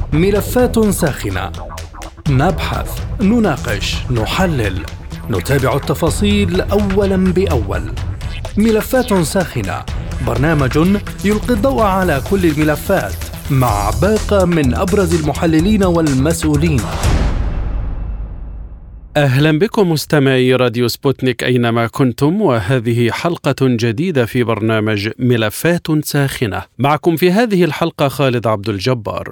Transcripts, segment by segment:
ملفات ساخنة، نبحث، نناقش، نحلل، نتابع التفاصيل أولا بأول. ملفات ساخنة، برنامج يلقي الضوء على كل الملفات مع باقة من أبرز المحللين والمسؤولين. أهلا بكم مستمعي راديو سبوتنيك أينما كنتم، وهذه حلقة جديدة في برنامج ملفات ساخنة. معكم في هذه الحلقة خالد عبد الجبار.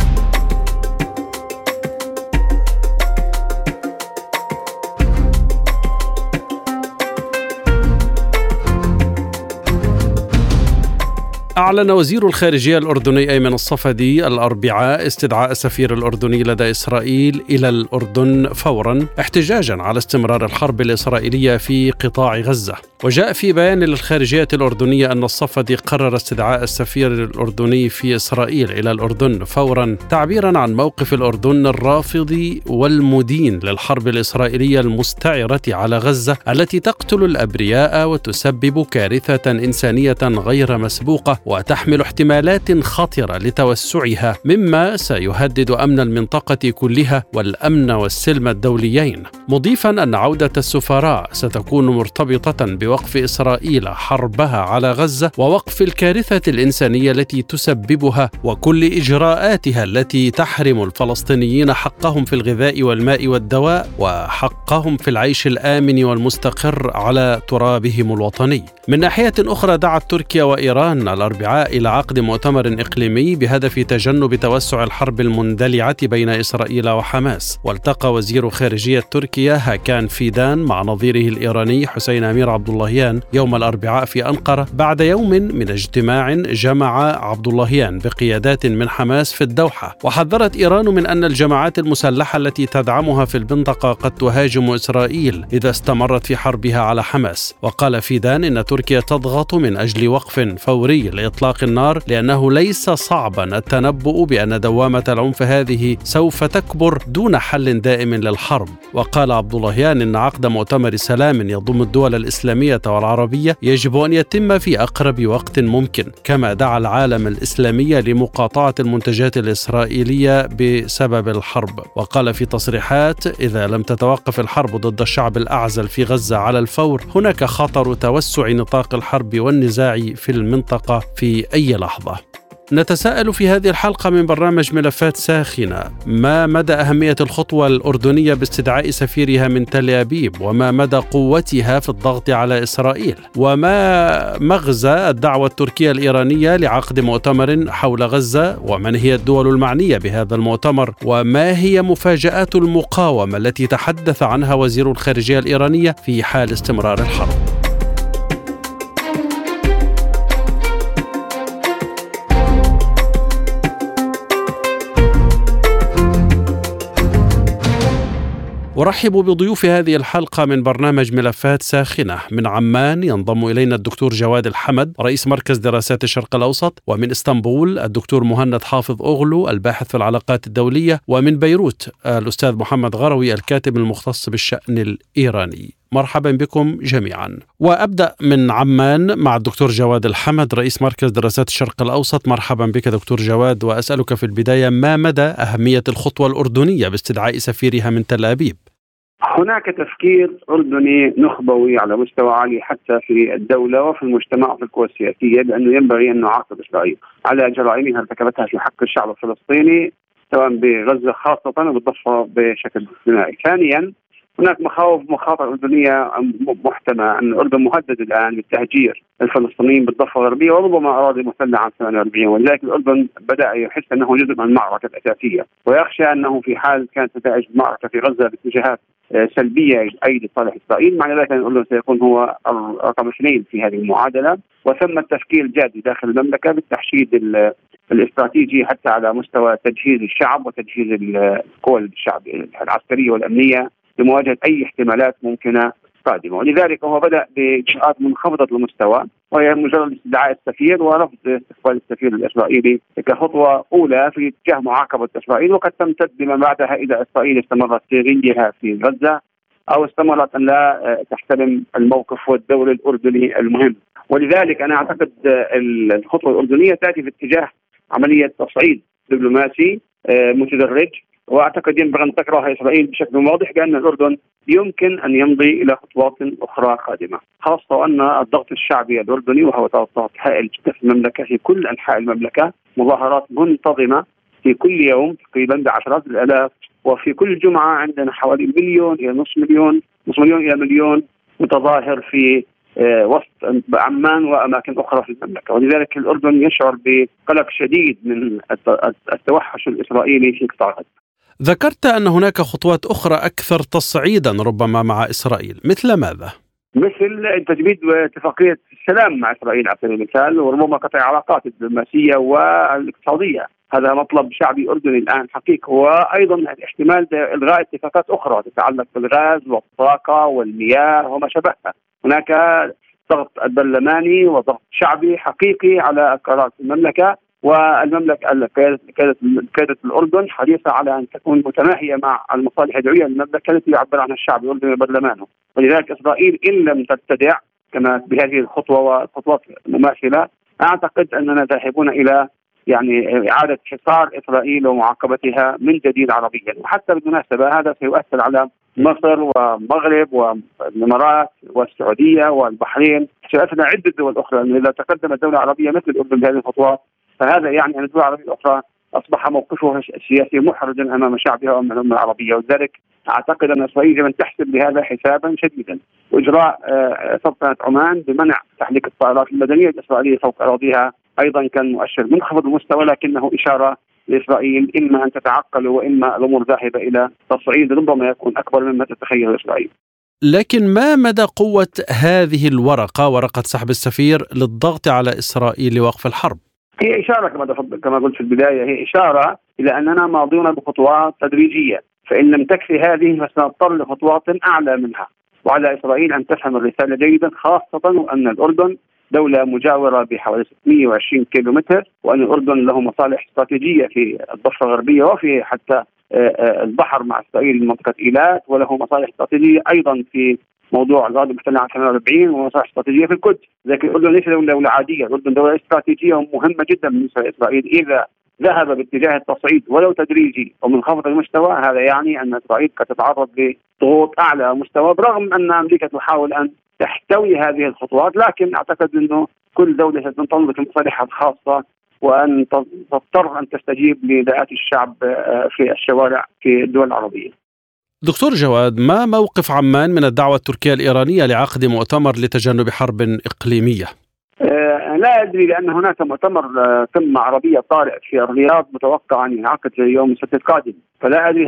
أعلن وزير الخارجية الأردني أيمن الصفدي الأربعاء استدعاء السفير الأردني لدى إسرائيل إلى الأردن فورا احتجاجا على استمرار الحرب الإسرائيلية في قطاع غزة. وجاء في بيان للخارجية الأردنية أن الصفدي قرر استدعاء السفير الأردني في إسرائيل إلى الأردن فورا تعبيرا عن موقف الأردن الرافض والمدين للحرب الإسرائيلية المستعرة على غزة التي تقتل الأبرياء وتسبب كارثة إنسانية غير مسبوقة وتحمل احتمالات خطرة لتوسعها، مما سيهدد أمن المنطقة كلها والأمن والسلم الدوليين، مضيفا أن عودة السفراء ستكون مرتبطة بوقف إسرائيل حربها على غزة ووقف الكارثة الإنسانية التي تسببها وكل إجراءاتها التي تحرم الفلسطينيين حقهم في الغذاء والماء والدواء وحقهم في العيش الآمن والمستقر على ترابهم الوطني. من ناحية أخرى دعت تركيا وإيران الأربعاء إلى عقد مؤتمر إقليمي بهدف تجنب توسع الحرب المندلعة بين إسرائيل وحماس. والتقى وزير خارجية تركيا هاكان فيدان مع نظيره الإيراني حسين أمير عبد اللهيان يوم الأربعاء في أنقرة بعد يوم من اجتماع جمع عبد اللهيان بقيادات من حماس في الدوحة. وحذرت إيران من أن الجماعات المسلحة التي تدعمها في المنطقة قد تهاجم إسرائيل إذا استمرت في حربها على حماس. وقال فيدان إن تركيا تضغط من أجل وقف فوري لإطلاق النار لأنه ليس صعبا التنبؤ بأن دوامة العنف هذه سوف تكبر دون حل دائم للحرب. وقال عبد اللهيان إن عقد مؤتمر سلام يضم الدول الإسلامية والعربية يجب أن يتم في أقرب وقت ممكن، كما دعا العالم الإسلامي لمقاطعة المنتجات الإسرائيلية بسبب الحرب. وقال في تصريحات: إذا لم تتوقف الحرب ضد الشعب الأعزل في غزة على الفور هناك خطر توسع نطاق الحرب والنزاع في المنطقة في أي لحظة. نتساءل في هذه الحلقة من برنامج ملفات ساخنة: ما مدى أهمية الخطوة الأردنية باستدعاء سفيرها من تل أبيب؟ وما مدى قوتها في الضغط على إسرائيل؟ وما مغزى الدعوة التركية الإيرانية لعقد مؤتمر حول غزة؟ ومن هي الدول المعنية بهذا المؤتمر؟ وما هي مفاجآت المقاومة التي تحدث عنها وزير الخارجية الإيرانية في حال استمرار الحرب؟ أرحب بضيوف هذه الحلقة من برنامج ملفات ساخنة. من عمان ينضم إلينا الدكتور جواد الحمد رئيس مركز دراسات الشرق الأوسط، ومن إسطنبول الدكتور مهند حافظ أغلو الباحث في العلاقات الدولية، ومن بيروت الأستاذ محمد غروي الكاتب المختص بالشأن الإيراني. مرحبا بكم جميعا. وأبدأ من عمان مع الدكتور جواد الحمد رئيس مركز دراسات الشرق الأوسط. مرحبا بك دكتور جواد، وأسألك في البداية ما مدى أهمية الخطوة الأردنية باستدعاء سفيرها من تل أبيب؟ هناك تفكير أردني نخبوي على مستوى عالي حتى في الدولة وفي المجتمع وفي القوى السياسية بأنه ينبغي أن نعاقب إسرائيل على جرائمها ارتكبتها في حق الشعب الفلسطيني سواء بغزة خاصة وبالضفة بشكل جماعي. ثانيا، هناك مخاطر أردنية محتملة أن الأردن مهدد الآن بالتهجير الفلسطينيين بالضفة الغربية وربما أراضي محتلة عام 48، ولذلك الأردن بدأ يحس أنه جزء من المعركة الأساسية، ويخشى أنه في حال كانت نتائج المعركة في غزة باتجاهات سلبية أي لصالح إسرائيل معنى ذلك أن الأردن سيكون هو رقم 2 في هذه المعادلة. وثم التفكير الجادي داخل المملكة بالتحشيد الاستراتيجي حتى على مستوى تجهيز الشعب وتجهيز القوى الشعب العسكرية والأمنية لمواجهة أي احتمالات ممكنة قادمة. ولذلك هو بدأ بإجراءات منخفضة المستوى، وهي مجرد استدعاء السفير ورفض استقبال السفير الإسرائيلي كخطوة أولى في اتجاه معاقبة إسرائيل، وقد تمتد بما بعدها إذا إسرائيل استمرت في غيها في غزة أو استمرت أن لا تحترم الموقف والدور الأردني المهم. ولذلك أنا أعتقد الخطوة الأردنية تأتي في اتجاه عملية تصعيد دبلوماسي متدرج. واعتقد ينبغي ان تكره اسرائيل بشكل واضح بان الاردن يمكن ان يمضي الى خطوات اخرى قادمه، خاصه وان الضغط الشعبي الاردني وهو ضغط هائل جدا في المملكه، في كل انحاء المملكه، مظاهرات منتظمه في كل يوم تقريبا بعشرات الالاف، وفي كل جمعه عندنا حوالي مليون الى نصف مليون الى مليون متظاهر في وسط عمان واماكن اخرى في المملكه، ولذلك الاردن يشعر بقلق شديد من التوحش الاسرائيلي في قطاع غزه. ذكرت أن هناك خطوات أخرى أكثر تصعيدا ربما مع إسرائيل، مثل ماذا؟ مثل تجديد اتفاقية السلام مع إسرائيل على سبيل المثال، وربما قطع علاقات الدبلوماسية والاقتصادية. هذا مطلب شعبي أردني الآن حقيقي، وأيضا احتمال إلغاء اتفاقات أخرى تتعلق بالغاز والطاقة والمياه وما شابهها. هناك ضغط برلماني وضغط شعبي حقيقي على قرارات المملكة، والمملكة قيادة الأردن حريصة على أن تكون متماهية مع المصالح الدولية للمملكة التي يعبر عنها الشعب الأردني وبرلمانه. ولذلك إسرائيل إن لم تبتدع كما بهذه الخطوة وخطوات مماثلة، أعتقد أننا ذاهبون إلى إعادة حصار إسرائيل ومعاقبتها من جديد عربيا. وحتى بالمناسبة هذا سيؤثر على مصر والمغرب والإمارات والسعودية والبحرين، سيؤثر على عدة دول أخرى. إذا تقدمت دولة عربية مثل الأردن بهذه الخطوات، فهذا يعني أن الدول العربية الأخرى أصبح موقفها السياسي محرجا أمام شعبها وأمام الأمة العربية. ولذلك أعتقد أن إسرائيل يجب أن تحسب لهذا حسابا شديدا. وإجراء سلطنة عمان بمنع تحليق الطائرات المدنية الإسرائيلية فوق أراضيها أيضا كان مؤشر منخفض المستوى، لكنه إشارة لإسرائيل إما أن تتعقل وإما الأمور ذاهبة إلى تصعيد ربما يكون أكبر مما تتخيل إسرائيل. لكن ما مدى قوة هذه الورقة، ورقة سحب السفير، للضغط على إسرائيل لوقف الحرب؟ هي إشارة كما قلت في البداية، هي إشارة إلى أننا ماضون بخطوات تدريجية، فإن لم تكفي هذه فسنضطر لخطوات أعلى منها. وعلى إسرائيل أن تفهم الرسالة جيدا، خاصة وأن الأردن دولة مجاورة بحوالي 620 كيلومتر، وأن الأردن له مصالح استراتيجية في الضفة الغربية وفي حتى البحر مع إسرائيل منطقة إيلات، وله مصالح استراتيجية أيضا في موضوع الأراضي المحتلة عام 48 ومصالح استراتيجية في القدس. لكن الأردن ليس دولة عادية، الأردن دولة استراتيجية ومهمة جدا بالنسبة لإسرائيل. إذا ذهب باتجاه التصعيد ولو تدريجي ومنخفض المستوى، هذا يعني أن إسرائيل قد تتعرض لضغوط أعلى مستوى، برغم أن أمريكا تحاول أن تحتوي هذه الخطوات. لكن أعتقد أنه كل دولة ستنطلق مصالحها الخاصة، وأن تضطر أن تستجيب لنداءات الشعب في الشوارع في الدول العربية. دكتور جواد، ما موقف عمان من الدعوة التركية الإيرانية لعقد مؤتمر لتجنب حرب إقليمية؟ لا أدري، لأن هناك مؤتمر قمة عربية طارئ في الرياض متوقع أن ينعقد يوم السبت القادم، فلا أدري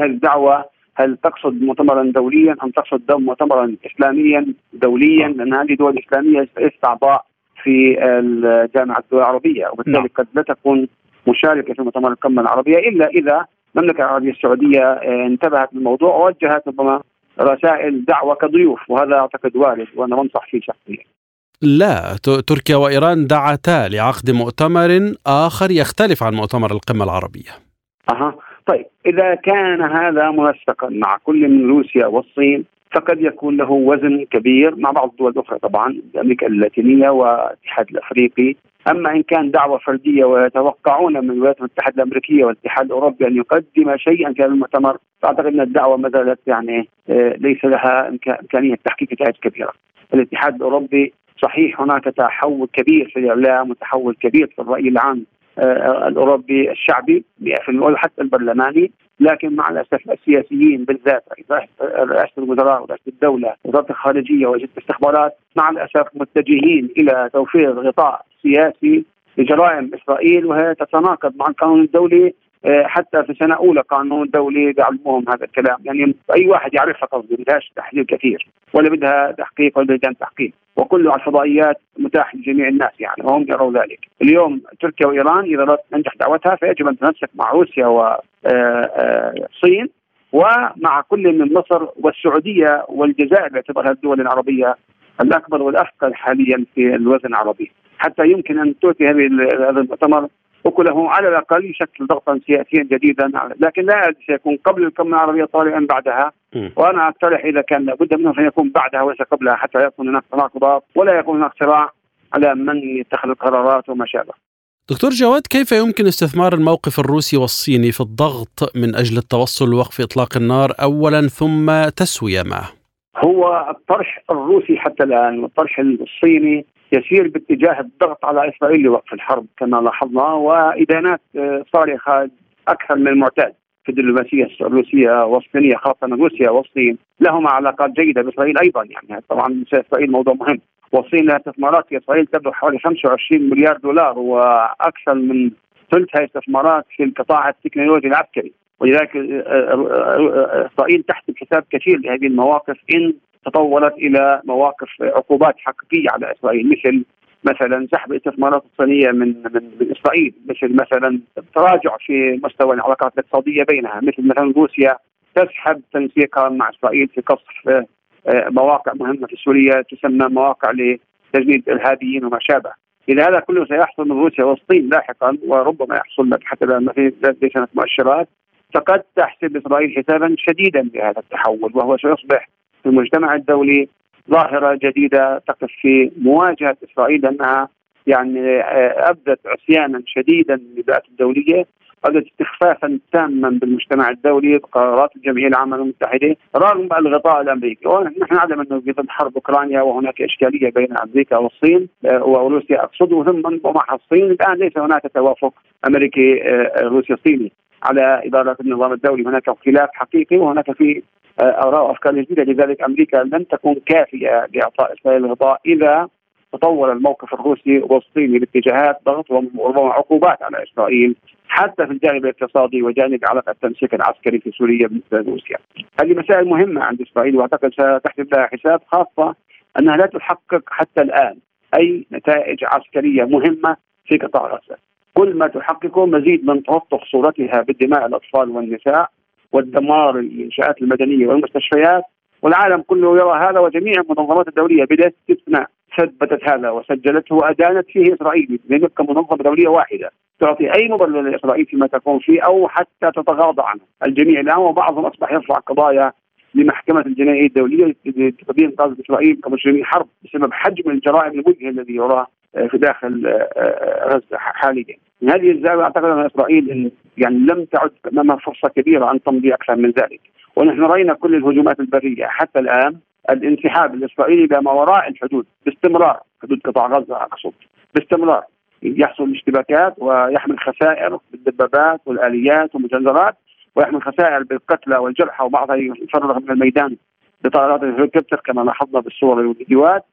هل تقصد مؤتمرا دوليا أم تقصد مؤتمرا إسلاميا دوليا، لأن هذه دول إسلامية استعضاء في الجامعة الدول العربية، وبالتالي قد لا تكون مشاركة في مؤتمر القمة العربية إلا إذا المملكة العربية السعودية انتبهت للموضوع ووجهت ربما رسائل دعوة كضيوف، وهذا أعتقد وارد وأنا بنصح فيه شخصيا. لا، تركيا وإيران دعتا لعقد مؤتمر آخر يختلف عن مؤتمر القمة العربية. طيب، إذا كان هذا منسقا مع كل من روسيا والصين فقد يكون له وزن كبير مع بعض الدول الأخرى، طبعا أمريكا اللاتينية والاتحاد الأفريقي. أما إن كان دعوة فردية ويتوقعون من الولايات المتحدة الأمريكية والاتحاد الأوروبي أن يقدم شيئا في هذا المؤتمر، فأعتقد أن الدعوة ما زالت ليس لها إمكانية تحقيق نتائج كبيرة. الاتحاد الأوروبي صحيح هناك تحول كبير في الإعلام وتحول كبير في الرأي العام الأوروبي الشعبي وحتى البرلماني، لكن مع الأسف السياسيين بالذات رئاسة الوزراء ورئاسة الدولة وزارة الخارجية وزارة الاستخبارات مع الأسف متجهين إلى توفير غطاء سياسي لجرائم إسرائيل، وهي تتناقض مع القانون الدولي. حتى في سنة أولى قانون دولي بيعلموهم هذا الكلام، يعني أي واحد يعرفها، قصدي بدهاش تحليل كثير ولا بدها تحقيق ولا بدها تحقيق، وكله على الفضائيات متاح لجميع الناس، يعني وهم يروا ذلك. اليوم تركيا وإيران إذا تنجح دعوتها فيجب أن تنسق مع روسيا والصين ومع كل من مصر والسعودية والجزائر باعتبارها الدول العربية الأكبر والأثقل حاليا في الوزن العربي، حتى يمكن أن تؤتي هذا المؤتمر وكله على الأقل يشكل ضغطا سياسيا جديدا، لكن لا سيكون قبل القمة العربية طارئا بعدها. وأنا أقترح إذا كان لابد منه فيكون بعدها وليس قبلها، حتى يكون هناك تناقضات ولا يكون هناك صراع على من يتخذ القرارات وما شابه. دكتور جواد، كيف يمكن استثمار الموقف الروسي والصيني في الضغط من أجل التوصل لوقف إطلاق النار أولا ثم تسوية معه؟ هو الطرح الروسي حتى الآن والطرح الصيني يسير باتجاه الضغط على إسرائيل لوقف الحرب كما لاحظنا، وإدانات صارخة أكثر من المعتاد في الدبلوماسية الروسية والصينية، خاصة روسيا والصين لهما علاقات جيدة بإسرائيل أيضا. يعني طبعا إسرائيل موضوع مهم، والصين لها استثمارات في إسرائيل تبلغ حوالي 25 مليار دولار، وأكثر من ثلثها استثمارات في القطاع التكنولوجي العسكري. ولذلك إسرائيل تحسب حساب كثير لهذه المواقف إن تطورت إلى مواقف عقوبات حقيقية على إسرائيل، مثلا سحب الاستثمارات الصينية من إسرائيل، مثلا تراجع في مستوى العلاقات الاقتصادية بينها، مثلا روسيا تسحب تنسيقها مع إسرائيل في قصف مواقع مهمة في سوريا تسمى مواقع لتجنيد الإرهابيين وما شابه. إلى هذا كله سيحصل من روسيا والصين لاحقا، وربما يحصل لك حتى ليس مؤشرات. فقد تحسب إسرائيل حسابا شديدا لهذا التحول، وهو سيصبح في المجتمع الدولي ظاهرة جديدة تقف في مواجهة إسرائيل، لأنها يعني أبدت عصيانا شديدا للبيئات الدولية، أبدت استخفافا تاما بالمجتمع الدولي بقرارات الجمعية العامة للمتحدة رغم الغطاء الأمريكي. ونحن نعلم أنه في ضمن حرب أوكرانيا وهناك إشكالية بين أمريكا والصين وروسيا أقصد، ثم ومع الصين الآن ليس هناك توافق أمريكي روسيا صيني على إدارة النظام الدولي، هناك خلاف حقيقي وهناك في آراء وأفكار جديدة. لذلك أمريكا لن تكون كافية لإعطاء إسرائيل الغطاء إذا تطور الموقف الروسي والصيني باتجاهات ضغط وربما عقوبات على إسرائيل حتى في الجانب الاقتصادي وجانب علاقة التنسيق العسكري في سوريا بالنسبة لروسيا. هذه مسائل مهمة عند إسرائيل، وأعتقد ستحسب لها حساب، خاصة أنها لا تحقق حتى الآن أي نتائج عسكرية مهمة في قطاع غزة. كل ما تحققه مزيد من تلطخ صورتها بالدماء الأطفال والنساء والدمار الإنشاءات المدنية والمستشفيات، والعالم كله يرى هذا، وجميع المنظمات الدولية بلا استثناء ثبتت هذا وسجلته وأدانت فيه إسرائيل. لم يبقى منظمة دولية واحدة تعطي أي مبرر لإسرائيل فيما تقوم فيه أو حتى تتغاضى عنه. الجميع الآن وبعضهم أصبح يرفع قضايا لمحكمة الجنائية الدولية لتقديم قاضي إسرائيل كمجرمين حرب بسبب حجم الجرائم المذهل الذي يراه في داخل غزة حاليا. من هذه الزاوية أعتقد أن إسرائيل يعني لم تعد أمامها فرصة كبيرة أن تمضي أكثر من ذلك. ونحن رأينا كل الهجومات البرية حتى الآن الانسحاب الإسرائيلي إلى ما وراء الحدود باستمرار، حدود قطاع غزة أقصد، باستمرار يحصل اشتباكات ويحمل خسائر بالدبابات والآليات والمجزرات، ويحمل خسائر بالقتلى والجرحى، وبعضها يفرغ من الميدان بطائرات الهليكوبتر كما لاحظنا بالصور والفيديوهات،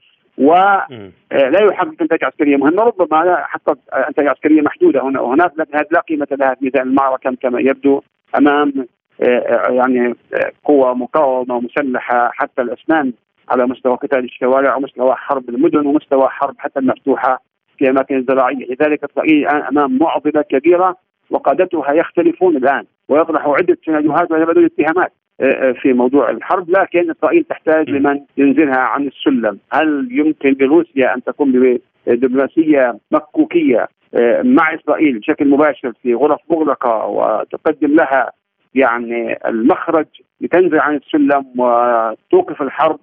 ولا يحقق انتاج عسكريه مهمه، ربما لا يحقق انتاج عسكريه محدوده هنا وهناك، لكن هذه لا قيمه لها في ميدان المعركه كما يبدو امام يعني قوى مقاومه مسلحه حتى الاسنان على مستوى قتال الشوارع ومستوى حرب المدن ومستوى حرب حتى المفتوحه في اماكن زراعيه. لذلك اسرائيل الان امام معضله كبيره، وقادتها يختلفون الان ويطرحوا عده سيناريوهات ويبدون اتهامات في موضوع الحرب، لكن إسرائيل تحتاج لمن ينزلها عن السلم. هل يمكن لروسيا أن تكون بدبلوماسية مكوكية مع إسرائيل بشكل مباشر في غرف مغلقة وتقدم لها يعني المخرج لتنزل عن السلم وتوقف الحرب،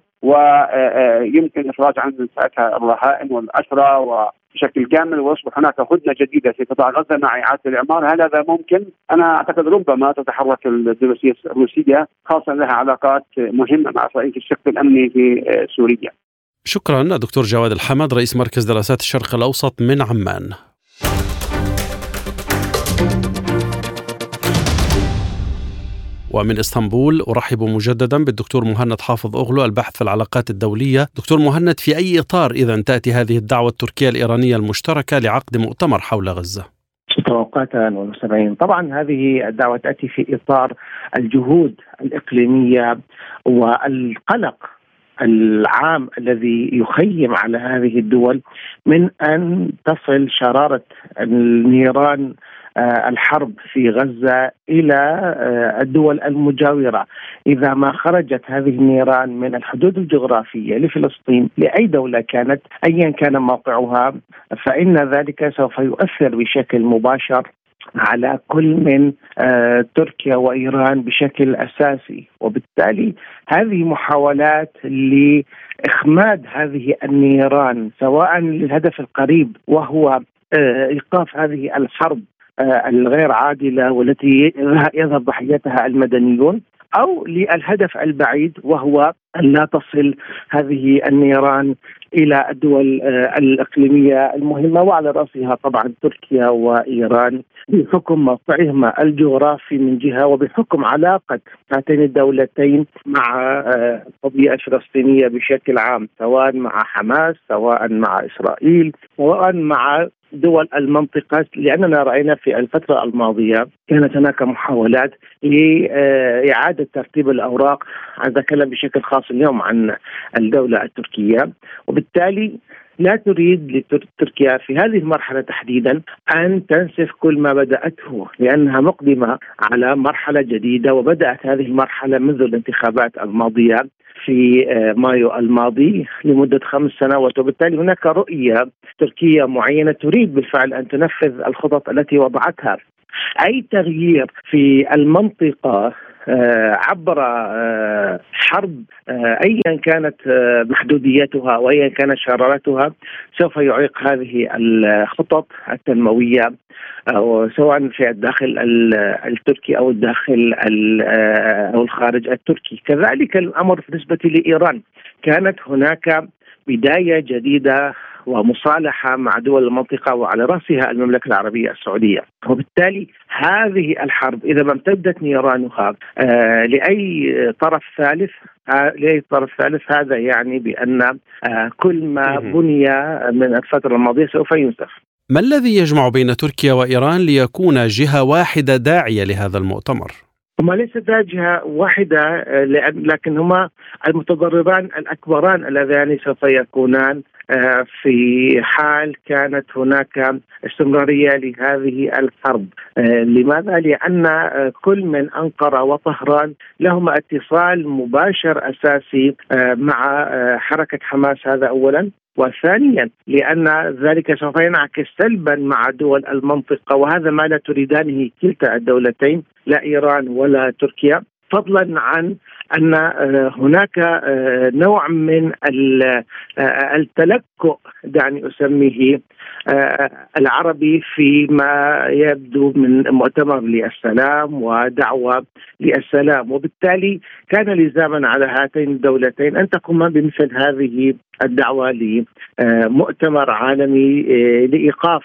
ويمكن إخراج عن ساعتها الرهائن والأسرى بشكل كامل ويصبح هناك هدنة جديدة في قطاع غزة مع إعادة الإعمار؟ هل هذا ممكن؟ أنا أعتقد ربما تتحرك الدبلوماسية الروسية، خاصة لها علاقات مهمة مع إسرائيل في الشق الأمني في سوريا. شكرا دكتور جواد الحمد، رئيس مركز دراسات الشرق الأوسط من عمان. ومن اسطنبول أرحب مجددا بالدكتور مهند حافظ أغلو، الباحث في العلاقات الدولية. دكتور مهند، في أي إطار إذا تأتي هذه الدعوة التركية الإيرانية المشتركة لعقد مؤتمر حول غزة؟ توقعاتا والمستمعين، طبعا هذه الدعوة تأتي في إطار الجهود الإقليمية والقلق العام الذي يخيم على هذه الدول من أن تصل شرارة النيران الحرب في غزة إلى الدول المجاورة. إذا ما خرجت هذه النيران من الحدود الجغرافية لفلسطين لأي دولة كانت أيا كان موقعها، فإن ذلك سوف يؤثر بشكل مباشر على كل من تركيا وإيران بشكل أساسي. وبالتالي هذه محاولات لإخماد هذه النيران سواء للهدف القريب وهو إيقاف هذه الحرب الغير عادلة والتي يذهب ضحيتها المدنيون، أو للهدف البعيد وهو أن لا تصل هذه النيران إلى الدول الإقليمية المهمة، وعلى رأسها طبعا تركيا وإيران بحكم موقعهما الجغرافي من جهة، وبحكم علاقة هاتين الدولتين مع القضية الفلسطينية بشكل عام، سواء مع حماس، سواء مع إسرائيل، سواء مع دول المنطقة. لأننا رأينا في الفترة الماضية كانت هناك محاولات لإعادة ترتيب الأوراق، أتكلم بشكل خاص اليوم عن الدولة التركية، وبالتالي لا تريد تركيا في هذه المرحلة تحديدا أن تنسف كل ما بدأته، لأنها مقدمة على مرحلة جديدة، وبدأت هذه المرحلة منذ الانتخابات الماضية في مايو الماضي لمدة 5 سنوات، وبالتالي هناك رؤية تركية معينة تريد بالفعل أن تنفذ الخطط التي وضعتها. أي تغيير في المنطقة عبر حرب أيا كانت محدوديتها وأيا كانت شرارتها سوف يعيق هذه الخطط التنموية، سواء في الداخل التركي أو الداخل أو الخارج التركي. كذلك الأمر بالنسبة لإيران، كانت هناك بداية جديدة ومصالحة مع دول المنطقة وعلى رأسها المملكة العربية السعودية، وبالتالي هذه الحرب إذا ما امتدت نيرانها لأي طرف ثالث هذا يعني بأن كل ما بني من الفترة الماضية سوف ينسف. ما الذي يجمع بين تركيا وإيران ليكون جهة واحدة داعية لهذا المؤتمر؟ هما ليست جهة واحدة، لكن هما المتضرران الأكبران اللذان سوف يكونان في حال كانت هناك استمرارية لهذه الحرب. لماذا؟ لأن كل من أنقرة وطهران لهما اتصال مباشر أساسي مع حركة حماس، هذا أولا، وثانيا لأن ذلك سوف ينعكس سلبا مع دول المنطقة، وهذا ما لا تريدانه كلتا الدولتين، لا إيران ولا تركيا، فضلا عن أن هناك نوع من التلكؤ دعني أسميه العربي فيما يبدو من مؤتمر للسلام ودعوة للسلام، وبالتالي كان لزاما على هاتين الدولتين أن تقوم بمثل هذه الدعوة لمؤتمر عالمي لإيقاف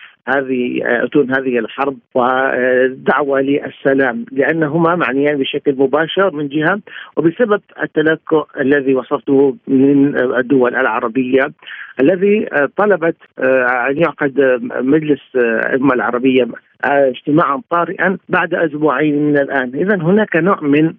هذه الحرب ودعوة للسلام، لأنهما معنيان بشكل مباشر من جهة، وبسبب التلكؤ الذي وصفته من الدول العربية الذي طلبت أن يعقد مجلس الأمة العربية اجتماعا طارئا بعد أسبوعين من الآن. إذن هناك نوع من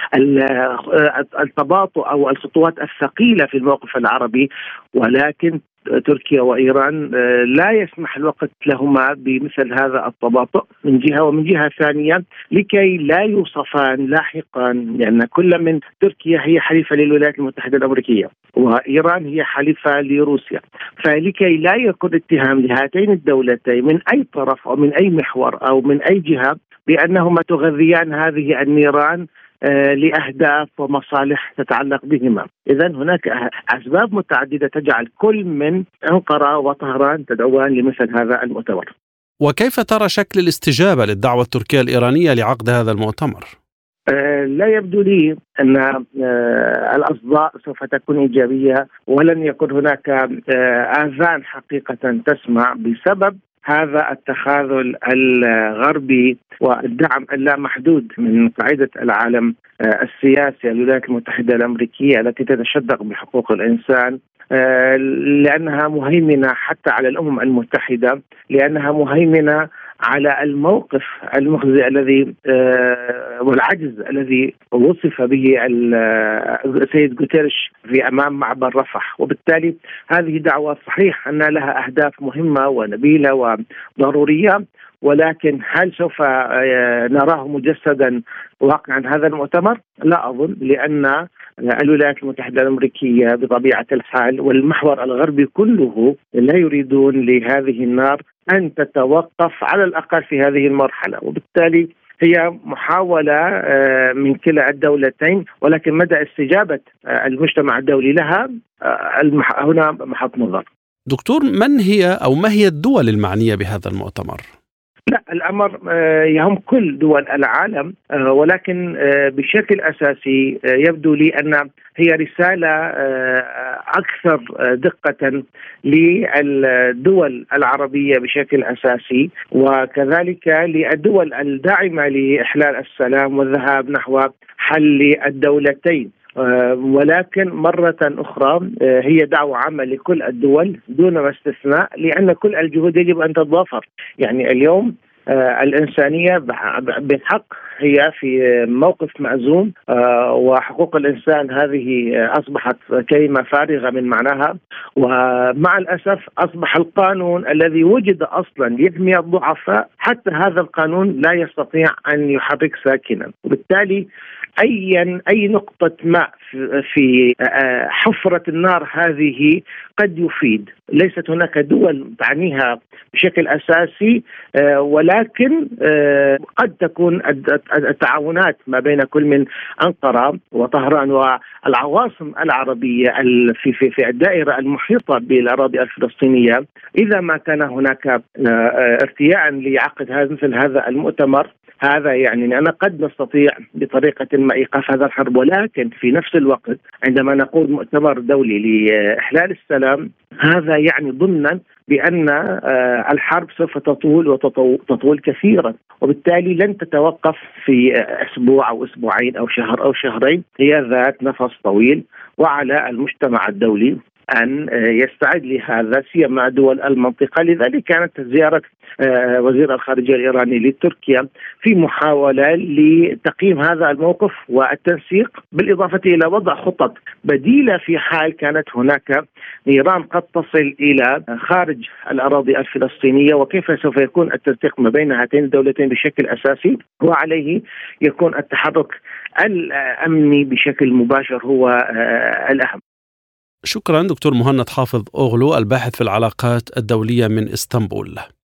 التباطؤ أو الخطوات الثقيلة في الموقف العربي، ولكن تركيا وإيران لا يسمح الوقت لهما بمثل هذا التباطؤ من جهة، ومن جهة ثانية لكي لا يوصفان لاحقا، لأن كل من تركيا هي حليفة للولايات المتحدة الأمريكية وإيران هي حليفة لروسيا، فلكي لا يكون اتهام لهاتين الدولتين من أي طرف أو من أي محور أو من أي جهة بأنهما تغذيان هذه النيران لأهداف ومصالح تتعلق بهما. إذن هناك أسباب متعددة تجعل كل من أنقرة وطهران تدعوان لمثل هذا المؤتمر. وكيف ترى شكل الاستجابة للدعوة التركية الإيرانية لعقد هذا المؤتمر؟ لا يبدو لي أن الأصداء سوف تكون إيجابية، ولن يكون هناك آذان حقيقة تسمع بسبب هذا التخاذل الغربي والدعم اللامحدود من قاعدة العالم السياسي الولايات المتحدة الأمريكية التي تتشدق بحقوق الإنسان، لأنها مهيمنة حتى على الأمم المتحدة، لأنها مهيمنة على الموقف المخزي الذي والعجز الذي وصف به السيد غوتيريش في أمام معبر رفح. وبالتالي هذه دعوة صحيح أن لها أهداف مهمة ونبيلة وضرورية، ولكن هل سوف نراه مجسدا واقعا هذا المؤتمر؟ لا أظن، لأن الولايات المتحدة الأمريكية بطبيعة الحال والمحور الغربي كله لا يريدون لهذه النار أن تتوقف على الأقل في هذه المرحلة، وبالتالي هي محاولة من كلا الدولتين، ولكن مدى استجابة المجتمع الدولي لها هنا محط نظر. دكتور، ما هي الدول المعنية بهذا المؤتمر؟ لا، الأمر يهم كل دول العالم، ولكن بشكل أساسي يبدو لي أن هي رسالة أكثر دقة للدول العربية بشكل أساسي، وكذلك للدول الداعمة لإحلال السلام والذهاب نحو حل الدولتين. ولكن مرة أخرى هي دعوة عامة لكل الدول دون ما استثناء، لأن كل الجهود يجب أن تتضافر. يعني اليوم الإنسانية بالحق هي في موقف مأزوم، وحقوق الإنسان هذه أصبحت كلمة فارغة من معناها، ومع الأسف أصبح القانون الذي وجد أصلا يحمي الضعفاء، حتى هذا القانون لا يستطيع أن يحرك ساكنا، وبالتالي أي نقطة ماء في حفرة النار هذه قد يفيد. ليست هناك دول تعنيها بشكل أساسي، ولكن قد تكون التعاونات ما بين كل من أنقرة وطهران والعواصم العربية في الدائرة المحيطة بالأراضي الفلسطينية، إذا ما كان هناك ارتياع لعقد مثل هذا المؤتمر، هذا يعني أن قد نستطيع بطريقة ما إيقاف هذا الحرب. ولكن في نفس الوقت عندما نقول مؤتمر دولي لإحلال السلام، هذا يعني ضمنا بأن الحرب سوف تطول كثيرا، وبالتالي لن تتوقف في أسبوع أو أسبوعين أو شهر أو شهرين، هي ذات نفس طويل، وعلى المجتمع الدولي أن يستعد لهذا، سيما دول المنطقة. لذلك كانت زيارة وزير الخارجية الإيراني لتركيا في محاولة لتقييم هذا الموقف والتنسيق، بالإضافة إلى وضع خطط بديلة في حال كانت هناك نيران قد تصل إلى خارج الأراضي الفلسطينية، وكيف سوف يكون التنسيق ما بين هاتين الدولتين بشكل أساسي، وعليه يكون التحرك الأمني بشكل مباشر هو الأهم. شكرا دكتور مهند حافظ أوغلو، الباحث في العلاقات الدولية من إسطنبول.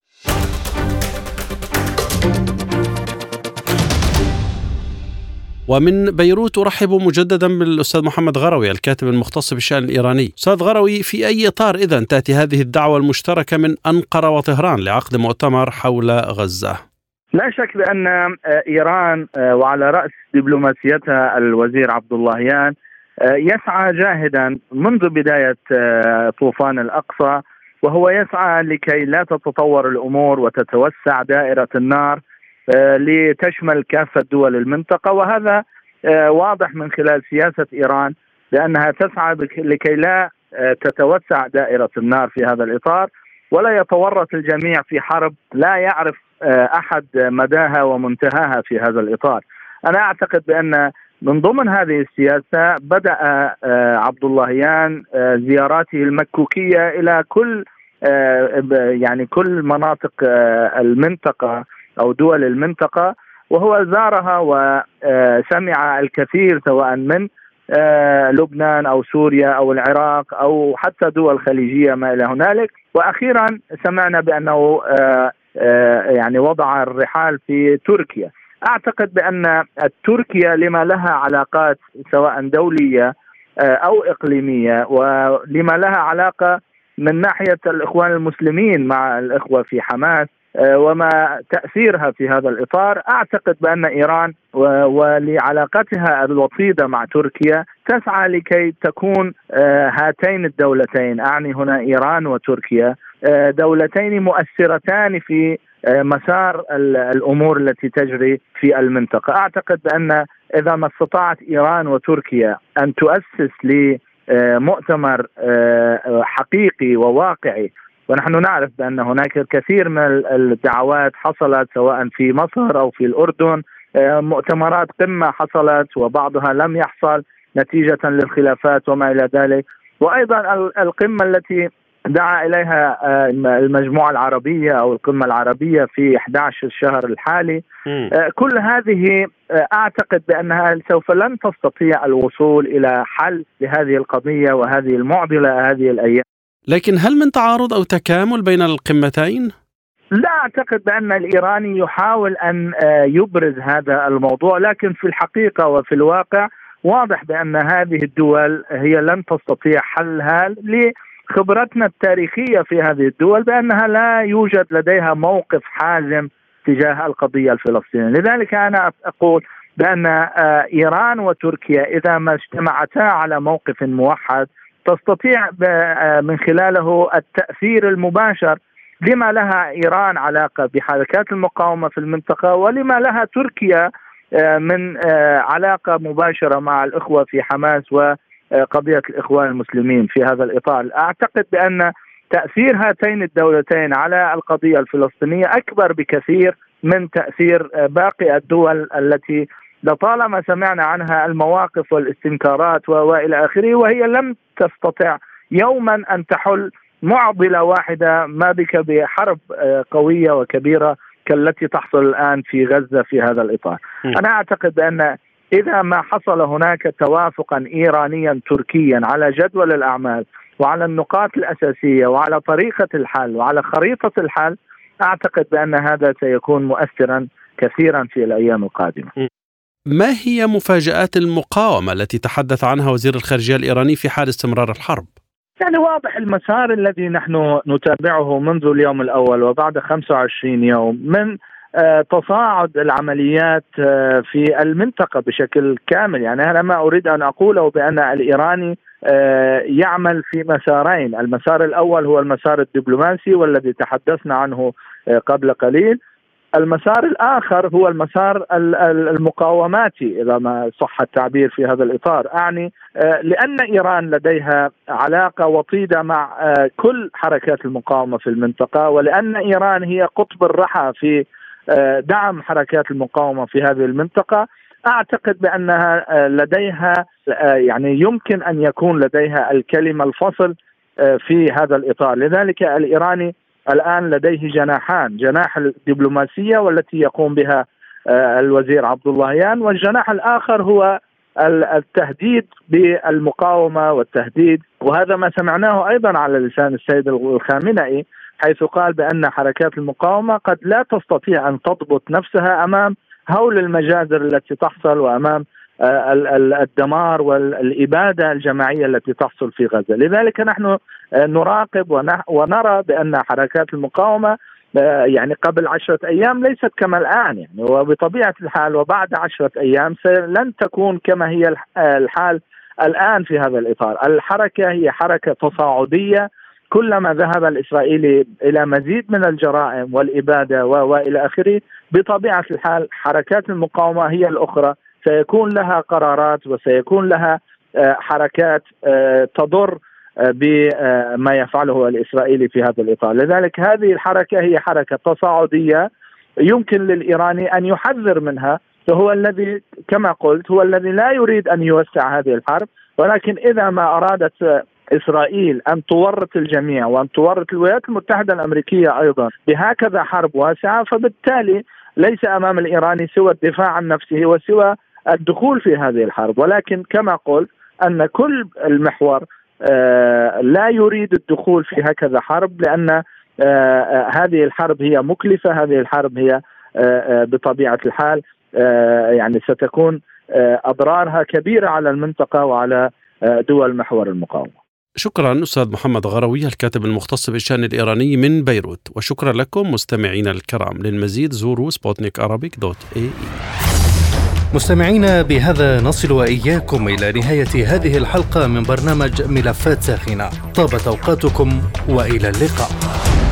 ومن بيروت أرحب مجددا بالأستاذ محمد غروي، الكاتب المختص بالشأن الإيراني. أستاذ غروي، في أي إطار إذن تأتي هذه الدعوة المشتركة من أنقرة وطهران لعقد مؤتمر حول غزة؟ لا شك بأن إيران وعلى رأس دبلوماسيتها الوزير عبد اللهيان يسعى جاهدا منذ بداية طوفان الأقصى، وهو يسعى لكي لا تتطور الأمور وتتوسع دائرة النار لتشمل كافة دول المنطقة. وهذا واضح من خلال سياسة إيران، لأنها تسعى لكي لا تتوسع دائرة النار في هذا الإطار، ولا يتورط الجميع في حرب لا يعرف أحد مداها ومنتهاها في هذا الإطار. أنا أعتقد بأن من ضمن هذه السياسة بدأ عبد اللهيان زياراته المكوكية إلى كل مناطق المنطقة أو دول المنطقة، وهو زارها وسمع الكثير سواء من لبنان أو سوريا أو العراق أو حتى دول خليجية ما إلى هنالك. وأخيرا سمعنا بأنه وضع الرحال في تركيا. أعتقد بأن تركيا لما لها علاقات سواء دولية أو إقليمية، ولما لها علاقة من ناحية الإخوان المسلمين مع الإخوة في حماس وما تأثيرها في هذا الإطار، أعتقد بأن إيران ولعلاقتها الوطيدة مع تركيا تسعى لكي تكون هاتين الدولتين، أعني هنا إيران وتركيا، دولتين مؤثرتان في مسار الأمور التي تجري في المنطقة. أعتقد بأن إذا ما استطاعت إيران وتركيا أن تؤسس لمؤتمر حقيقي وواقعي، ونحن نعرف بأن هناك الكثير من الدعوات حصلت سواء في مصر أو في الأردن، مؤتمرات قمة حصلت وبعضها لم يحصل نتيجة للخلافات وما إلى ذلك، وأيضا القمة التي دعا إليها المجموعة العربية أو القمة العربية في 11 الشهر الحالي. كل هذه أعتقد بأنها سوف لن تستطيع الوصول إلى حل لهذه القضية وهذه المعضلة هذه الأيام. لكن هل من تعارض أو تكامل بين القمتين؟ لا أعتقد بأن الإيراني يحاول أن يبرز هذا الموضوع، لكن في الحقيقة وفي الواقع واضح بأن هذه الدول هي لن تستطيع حلها خبرتنا التاريخية في هذه الدول بأنها لا يوجد لديها موقف حازم تجاه القضية الفلسطينية. لذلك أنا أقول بأن إيران وتركيا إذا ما اجتمعتا على موقف موحد تستطيع من خلاله التأثير المباشر لما لها إيران علاقة بحركات المقاومة في المنطقة، ولما لها تركيا من علاقة مباشرة مع الإخوة في حماس وقضية الإخوان المسلمين في هذا الإطار. أعتقد بأن تأثير هاتين الدولتين على القضية الفلسطينية أكبر بكثير من تأثير باقي الدول التي لطالما سمعنا عنها المواقف والاستنكارات وإلى آخره، وهي لم تستطع يوما أن تحل معضلة واحدة، ما بك بحرب قوية وكبيرة كالتي تحصل الآن في غزة في هذا الإطار. أنا أعتقد بأن إذا ما حصل هناك توافقا إيرانيا تركيا على جدول الأعمال وعلى النقاط الأساسية وعلى طريقة الحل وعلى خريطة الحل، أعتقد بأن هذا سيكون مؤثرا كثيرا في الأيام القادمة. ما هي مفاجآت المقاومة التي تحدث عنها وزير الخارجية الإيراني في حال استمرار الحرب؟ يعني واضح المسار الذي نحن نتابعه منذ اليوم الأول وبعد 25 يوم من تصاعد العمليات في المنطقة بشكل كامل. يعني أنا ما أريد أن أقوله بأن الإيراني يعمل في مسارين. المسار الأول هو المسار الدبلوماسي والذي تحدثنا عنه قبل قليل. المسار الآخر هو المسار المقاوماتي إذا ما صح التعبير في هذا الإطار. أعني لأن إيران لديها علاقة وطيدة مع كل حركات المقاومة في المنطقة، ولأن إيران هي قطب الرحى في دعم حركات المقاومة في هذه المنطقة، أعتقد بأنها لديها يعني يمكن أن يكون لديها الكلمة الفصل في هذا الإطار. لذلك الإيراني الآن لديه جناحان، جناح الدبلوماسية والتي يقوم بها الوزير عبد اللهيان، والجناح الآخر هو التهديد بالمقاومة والتهديد، وهذا ما سمعناه أيضا على لسان السيد الخامنئي حيث قال بأن حركات المقاومة قد لا تستطيع أن تضبط نفسها أمام هول المجازر التي تحصل وأمام الدمار والإبادة الجماعية التي تحصل في غزة. لذلك نحن نراقب ونرى بأن حركات المقاومة يعني قبل 10 أيام ليست كما الآن، يعني وبطبيعة الحال وبعد 10 أيام لن تكون كما هي الحال الآن في هذا الإطار. الحركة هي حركة تصاعدية، كلما ذهب الإسرائيلي إلى مزيد من الجرائم والإبادة وإلى آخره، بطبيعة الحال حركات المقاومة هي الأخرى سيكون لها قرارات وسيكون لها حركات تضر بما يفعله الإسرائيلي في هذا الإطار. لذلك هذه الحركة هي حركة تصاعدية يمكن للإيراني أن يحذر منها، فهو الذي كما قلت هو الذي لا يريد أن يوسع هذه الحرب، ولكن إذا ما أرادت إسرائيل أن تورط الجميع وأن تورط الولايات المتحدة الأمريكية أيضا بهكذا حرب واسعة، فبالتالي ليس أمام الإيراني سوى الدفاع عن نفسه وسوى الدخول في هذه الحرب. ولكن كما قلت أن كل المحور لا يريد الدخول في هكذا حرب، لأن هذه الحرب هي مكلفة، هذه الحرب هي بطبيعة الحال يعني ستكون أضرارها كبيرة على المنطقة وعلى دول محور المقاومة. شكرا أستاذ محمد غروي الكاتب المختص بالشأن الإيراني من بيروت، وشكرا لكم مستمعينا الكرام. للمزيد زوروا sputnikarabic.ae. مستمعينا، بهذا نصل وإياكم إلى نهاية هذه الحلقة من برنامج ملفات ساخنة. طابت أوقاتكم وإلى اللقاء.